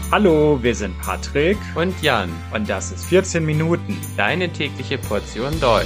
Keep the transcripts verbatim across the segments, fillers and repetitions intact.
Hallo, wir sind Patrick und Jan und das ist vierzehn Minuten, deine tägliche Portion Deutsch.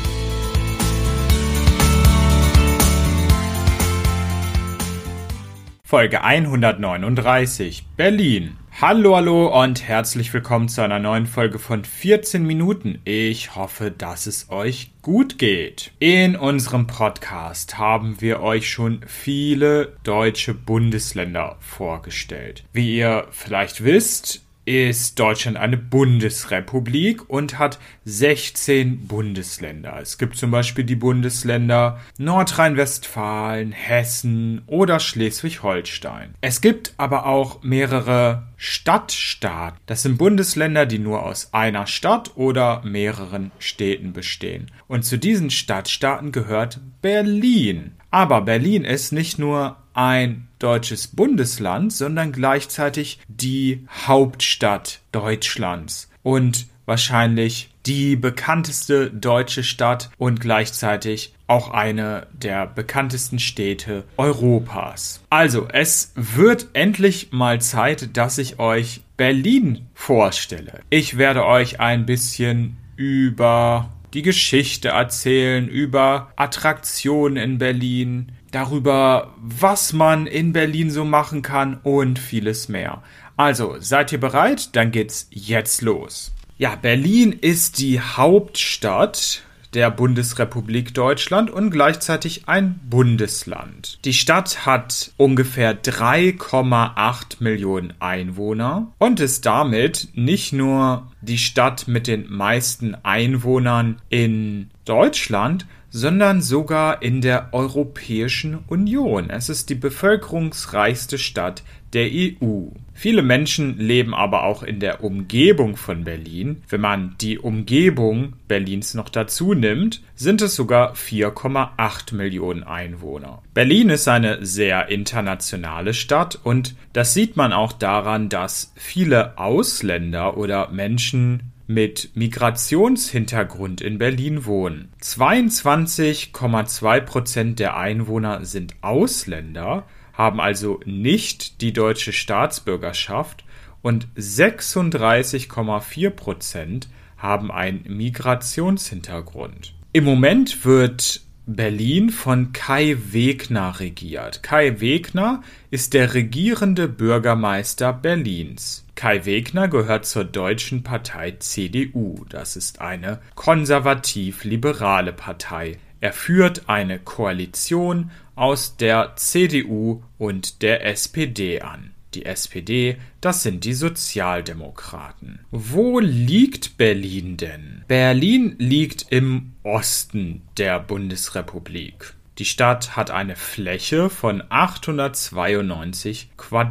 Folge hundertneununddreißig, Berlin. Hallo, hallo und herzlich willkommen zu einer neuen Folge von vierzehn Minuten. Ich hoffe, dass es euch gut geht. In unserem Podcast haben wir euch schon viele deutsche Bundesländer vorgestellt. Wie ihr vielleicht wisst, ist Deutschland eine Bundesrepublik und hat sechzehn Bundesländer. Es gibt zum Beispiel die Bundesländer Nordrhein-Westfalen, Hessen oder Schleswig-Holstein. Es gibt aber auch mehrere Stadtstaaten. Das sind Bundesländer, die nur aus einer Stadt oder mehreren Städten bestehen. Und zu diesen Stadtstaaten gehört Berlin. Aber Berlin ist nicht nur ein deutsches Bundesland, sondern gleichzeitig die Hauptstadt Deutschlands und wahrscheinlich die bekannteste deutsche Stadt und gleichzeitig auch eine der bekanntesten Städte Europas. Also, es wird endlich mal Zeit, dass ich euch Berlin vorstelle. Ich werde euch ein bisschen über die Geschichte erzählen, über Attraktionen in Berlin, darüber, was man in Berlin so machen kann und vieles mehr. Also, seid ihr bereit? Dann geht's jetzt los. Ja, Berlin ist die Hauptstadt der Bundesrepublik Deutschland und gleichzeitig ein Bundesland. Die Stadt hat ungefähr drei Komma acht Millionen Einwohner und ist damit nicht nur die Stadt mit den meisten Einwohnern in Deutschland, sondern sogar in der Europäischen Union. Es ist die bevölkerungsreichste Stadt der E U. Viele Menschen leben aber auch in der Umgebung von Berlin. Wenn man die Umgebung Berlins noch dazu nimmt, sind es sogar vier Komma acht Millionen Einwohner. Berlin ist eine sehr internationale Stadt und das sieht man auch daran, dass viele Ausländer oder Menschen mit Migrationshintergrund in Berlin wohnen. zweiundzwanzig Komma zwei Prozent der Einwohner sind Ausländer, haben also nicht die deutsche Staatsbürgerschaft und sechsunddreißig Komma vier Prozent haben einen Migrationshintergrund. Im Moment wird Berlin von Kai Wegner regiert. Kai Wegner ist der regierende Bürgermeister Berlins. Kai Wegner gehört zur deutschen Partei C D U. Das ist eine konservativ-liberale Partei. Er führt eine Koalition aus der C D U und der S P D an. Die S P D, das sind die Sozialdemokraten. Wo liegt Berlin denn? Berlin liegt im Osten der Bundesrepublik. Die Stadt hat eine Fläche von achthundertzweiundneunzig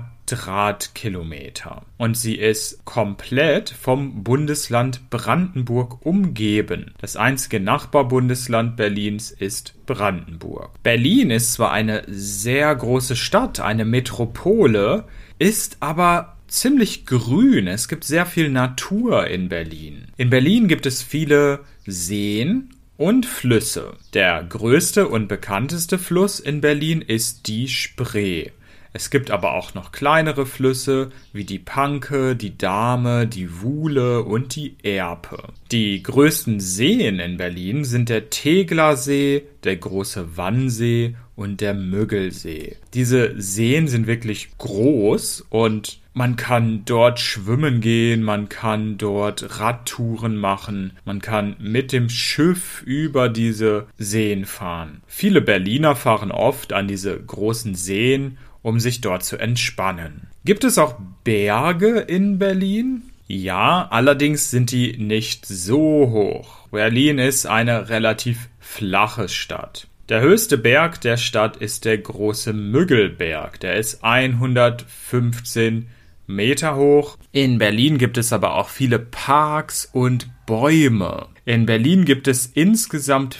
Quadratkilometer und sie ist komplett vom Bundesland Brandenburg umgeben. Das einzige Nachbarbundesland Berlins ist Brandenburg. Berlin ist zwar eine sehr große Stadt, eine Metropole, ist aber ziemlich grün. Es gibt sehr viel Natur in Berlin. In Berlin gibt es viele Seen und Flüsse. Der größte und bekannteste Fluss in Berlin ist die Spree. Es gibt aber auch noch kleinere Flüsse wie die Panke, die Dahme, die Wuhle und die Erpe. Die größten Seen in Berlin sind der Tegeler-See, der Große Wannsee und der Müggelsee. Diese Seen sind wirklich groß und man kann dort schwimmen gehen, man kann dort Radtouren machen, man kann mit dem Schiff über diese Seen fahren. Viele Berliner fahren oft an diese großen Seen, um sich dort zu entspannen. Gibt es auch Berge in Berlin? Ja, allerdings sind die nicht so hoch. Berlin ist eine relativ flache Stadt. Der höchste Berg der Stadt ist der große Müggelberg. Der ist hundertfünfzehn Meter hoch. In Berlin gibt es aber auch viele Parks und Bäume. In Berlin gibt es insgesamt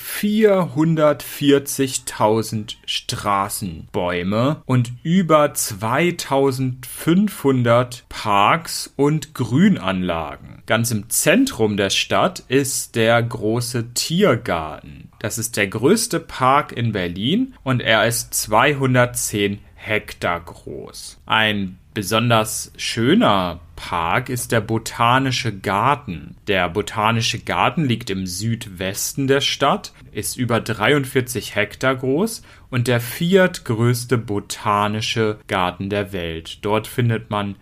vierhundertvierzigtausend Straßenbäume und über zweitausendfünfhundert Parks und Grünanlagen. Ganz im Zentrum der Stadt ist der große Tiergarten. Das ist der größte Park in Berlin und er ist zweihundertzehn Hektar groß. Ein besonders schöner Park ist der Botanische Garten. Der Botanische Garten liegt im Südwesten der Stadt, ist über dreiundvierzig Hektar groß und der viertgrößte botanische Garten der Welt. Dort findet man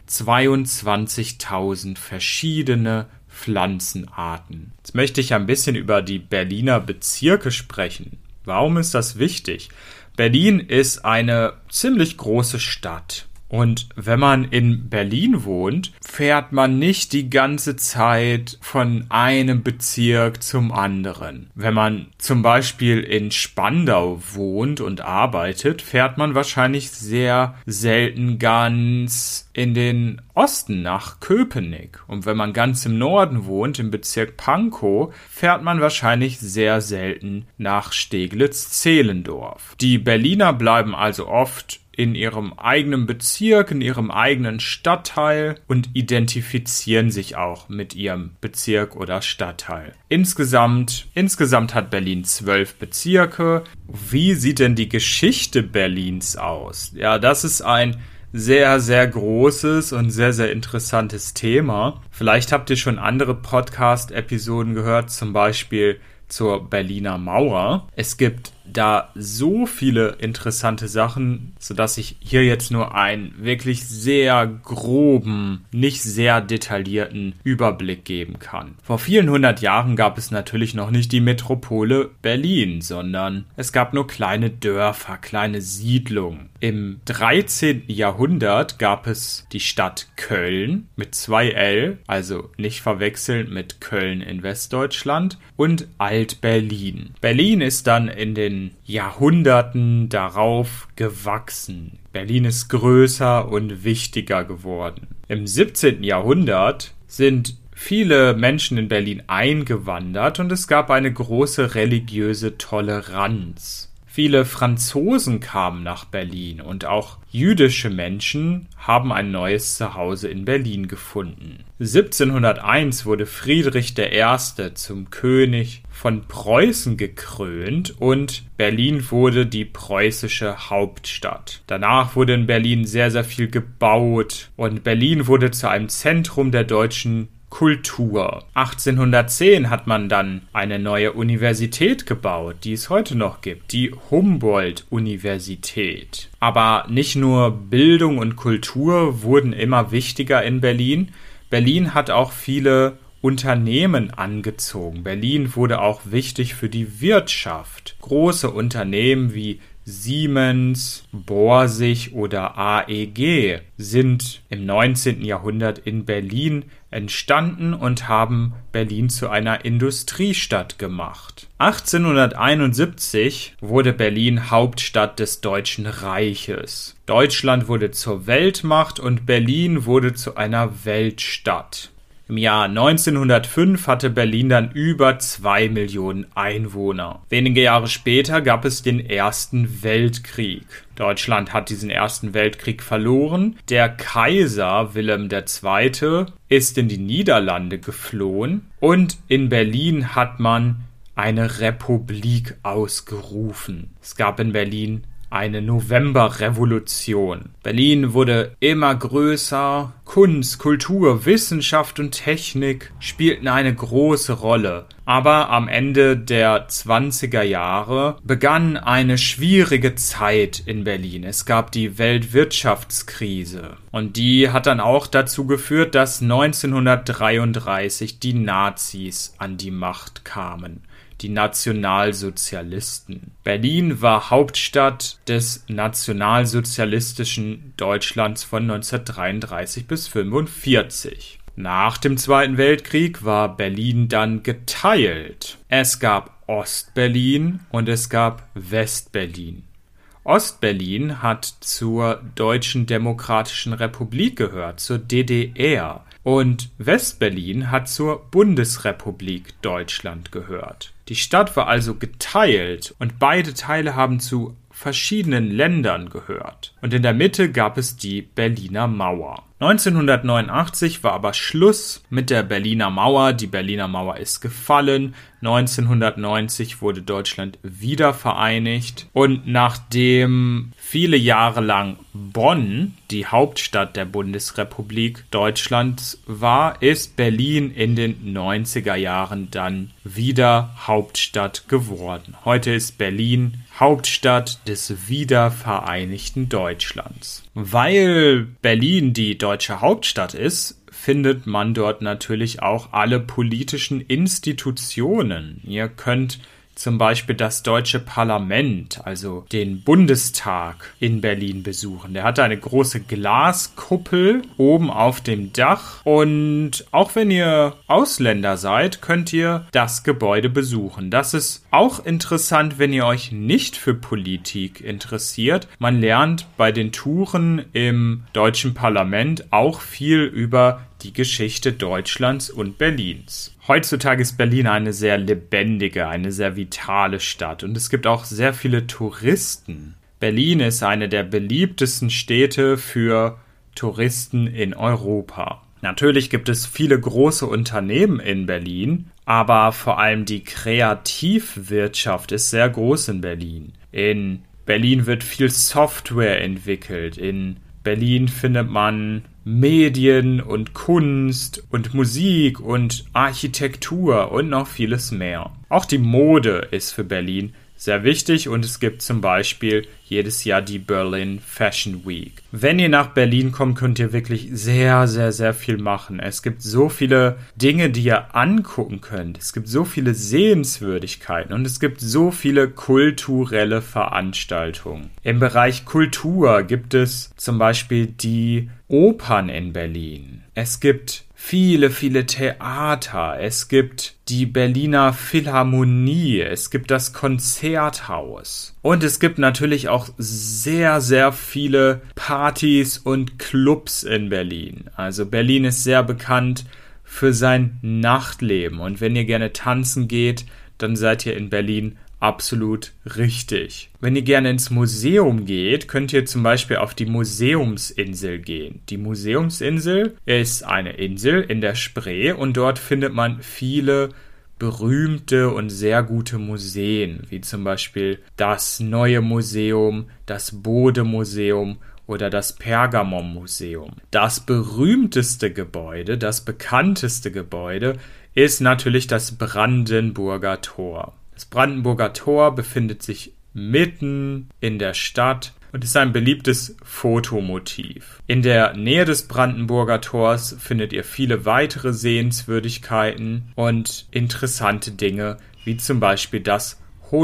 zweiundzwanzigtausend verschiedene Pflanzenarten. Jetzt möchte ich ein bisschen über die Berliner Bezirke sprechen. Warum ist das wichtig? Berlin ist eine ziemlich große Stadt. Und wenn man in Berlin wohnt, fährt man nicht die ganze Zeit von einem Bezirk zum anderen. Wenn man zum Beispiel in Spandau wohnt und arbeitet, fährt man wahrscheinlich sehr selten ganz in den Osten nach Köpenick. Und wenn man ganz im Norden wohnt, im Bezirk Pankow, fährt man wahrscheinlich sehr selten nach Steglitz-Zehlendorf. Die Berliner bleiben also oft in ihrem eigenen Bezirk, in ihrem eigenen Stadtteil und identifizieren sich auch mit ihrem Bezirk oder Stadtteil. Insgesamt, insgesamt hat Berlin zwölf Bezirke. Wie sieht denn die Geschichte Berlins aus? Ja, das ist ein sehr, sehr großes und sehr, sehr interessantes Thema. Vielleicht habt ihr schon andere Podcast-Episoden gehört, zum Beispiel zur Berliner Mauer. Es gibt da so viele interessante Sachen, sodass ich hier jetzt nur einen wirklich sehr groben, nicht sehr detaillierten Überblick geben kann. Vor vielen hundert Jahren gab es natürlich noch nicht die Metropole Berlin, sondern es gab nur kleine Dörfer, kleine Siedlungen. Im dreizehnten Jahrhundert gab es die Stadt Köln mit zwei L, also nicht verwechseln mit Köln in Westdeutschland, und Alt-Berlin. Berlin ist dann in den Jahrhunderten darauf gewachsen. Berlin ist größer und wichtiger geworden. Im siebzehnten Jahrhundert sind viele Menschen in Berlin eingewandert und es gab eine große religiöse Toleranz. Viele Franzosen kamen nach Berlin und auch jüdische Menschen haben ein neues Zuhause in Berlin gefunden. siebzehnhunderteins wurde Friedrich der Erste zum König von Preußen gekrönt und Berlin wurde die preußische Hauptstadt. Danach wurde in Berlin sehr, sehr viel gebaut und Berlin wurde zu einem Zentrum der deutschen Kultur. achtzehnhundertzehn hat man dann eine neue Universität gebaut, die es heute noch gibt, die Humboldt-Universität. Aber nicht nur Bildung und Kultur wurden immer wichtiger in Berlin. Berlin hat auch viele Unternehmen angezogen. Berlin wurde auch wichtig für die Wirtschaft. Große Unternehmen wie Siemens, Borsig oder A E G sind im neunzehnten Jahrhundert in Berlin entstanden und haben Berlin zu einer Industriestadt gemacht. achtzehnhunderteinundsiebzig wurde Berlin Hauptstadt des Deutschen Reiches. Deutschland wurde zur Weltmacht und Berlin wurde zu einer Weltstadt. Im Jahr neunzehnhundertfünf hatte Berlin dann über zwei Millionen Einwohner. Wenige Jahre später gab es den Ersten Weltkrieg. Deutschland hat diesen Ersten Weltkrieg verloren. Der Kaiser Wilhelm der Zweite ist in die Niederlande geflohen und in Berlin hat man eine Republik ausgerufen. Es gab in Berlin eine Novemberrevolution. Berlin wurde immer größer. Kunst, Kultur, Wissenschaft und Technik spielten eine große Rolle. Aber am Ende der zwanziger Jahre begann eine schwierige Zeit in Berlin. Es gab die Weltwirtschaftskrise. Und die hat dann auch dazu geführt, dass neunzehnhundertdreiunddreißig die Nazis an die Macht kamen. Die Nationalsozialisten. Berlin war Hauptstadt des nationalsozialistischen Deutschlands von neunzehnhundertdreiunddreißig bis fünfundvierzig. Nach dem Zweiten Weltkrieg war Berlin dann geteilt. Es gab Ostberlin und es gab Westberlin. Ostberlin hat zur Deutschen Demokratischen Republik gehört, zur D D R. Und Westberlin hat zur Bundesrepublik Deutschland gehört. Die Stadt war also geteilt und beide Teile haben zu verschiedenen Ländern gehört. Und in der Mitte gab es die Berliner Mauer. neunzehnhundertneunundachtzig war aber Schluss mit der Berliner Mauer. Die Berliner Mauer ist gefallen. neunzehnhundertneunzig wurde Deutschland wieder vereinigt. Und nachdem viele Jahre lang Bonn die Hauptstadt der Bundesrepublik Deutschland war, ist Berlin in den neunziger Jahren dann wieder Hauptstadt geworden. Heute ist Berlin Hauptstadt des wiedervereinigten Deutschlands. Weil Berlin die deutsche Hauptstadt ist, findet man dort natürlich auch alle politischen Institutionen. Ihr könnt zum Beispiel das Deutsche Parlament, also den Bundestag in Berlin besuchen. Der hat eine große Glaskuppel oben auf dem Dach und auch wenn ihr Ausländer seid, könnt ihr das Gebäude besuchen. Das ist auch interessant, wenn ihr euch nicht für Politik interessiert. Man lernt bei den Touren im Deutschen Parlament auch viel über die Geschichte Deutschlands und Berlins. Heutzutage ist Berlin eine sehr lebendige, eine sehr vitale Stadt und es gibt auch sehr viele Touristen. Berlin ist eine der beliebtesten Städte für Touristen in Europa. Natürlich gibt es viele große Unternehmen in Berlin, aber vor allem die Kreativwirtschaft ist sehr groß in Berlin. In Berlin wird viel Software entwickelt. In Berlin findet man Medien und Kunst und Musik und Architektur und noch vieles mehr. Auch die Mode ist für Berlin sehr wichtig und es gibt zum Beispiel jedes Jahr die Berlin Fashion Week. Wenn ihr nach Berlin kommt, könnt ihr wirklich sehr, sehr, sehr viel machen. Es gibt so viele Dinge, die ihr angucken könnt. Es gibt so viele Sehenswürdigkeiten und es gibt so viele kulturelle Veranstaltungen. Im Bereich Kultur gibt es zum Beispiel die Opern in Berlin. Es gibt viele, viele Theater. Es gibt die Berliner Philharmonie. Es gibt das Konzerthaus. Und es gibt natürlich auch sehr, sehr viele Partys und Clubs in Berlin. Also Berlin ist sehr bekannt für sein Nachtleben. Und wenn ihr gerne tanzen geht, dann seid ihr in Berlin absolut richtig. Wenn ihr gerne ins Museum geht, könnt ihr zum Beispiel auf die Museumsinsel gehen. Die Museumsinsel ist eine Insel in der Spree und dort findet man viele berühmte und sehr gute Museen, wie zum Beispiel das Neue Museum, das Bode-Museum oder das Pergamon-Museum. Das berühmteste Gebäude, das bekannteste Gebäude ist natürlich das Brandenburger Tor. Das Brandenburger Tor befindet sich mitten in der Stadt und ist ein beliebtes Fotomotiv. In der Nähe des Brandenburger Tors findet ihr viele weitere Sehenswürdigkeiten und interessante Dinge, wie zum Beispiel das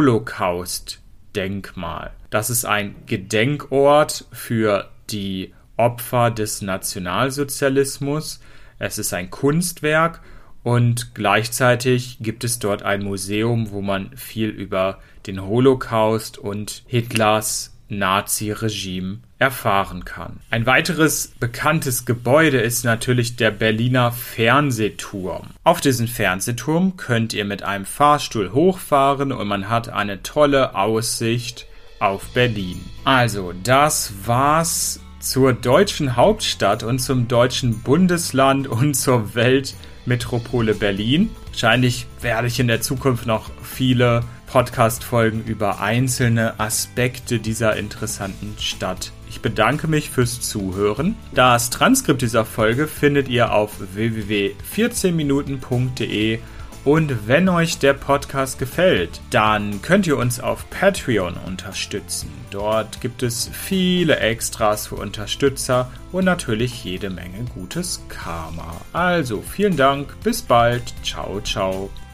Holocaust-Denkmal. Das ist ein Gedenkort für die Opfer des Nationalsozialismus. Es ist ein Kunstwerk. Und gleichzeitig gibt es dort ein Museum, wo man viel über den Holocaust und Hitlers Nazi-Regime erfahren kann. Ein weiteres bekanntes Gebäude ist natürlich der Berliner Fernsehturm. Auf diesen Fernsehturm könnt ihr mit einem Fahrstuhl hochfahren und man hat eine tolle Aussicht auf Berlin. Also, das war's zur deutschen Hauptstadt und zum deutschen Bundesland und zur Weltmetropole Berlin. Wahrscheinlich werde ich in der Zukunft noch viele Podcast-Folgen über einzelne Aspekte dieser interessanten Stadt. Ich bedanke mich fürs Zuhören. Das Transkript dieser Folge findet ihr auf w w w punkt vierzehn minuten punkt de. Und wenn euch der Podcast gefällt, dann könnt ihr uns auf Patreon unterstützen. Dort gibt es viele Extras für Unterstützer und natürlich jede Menge gutes Karma. Also vielen Dank, bis bald, ciao, ciao.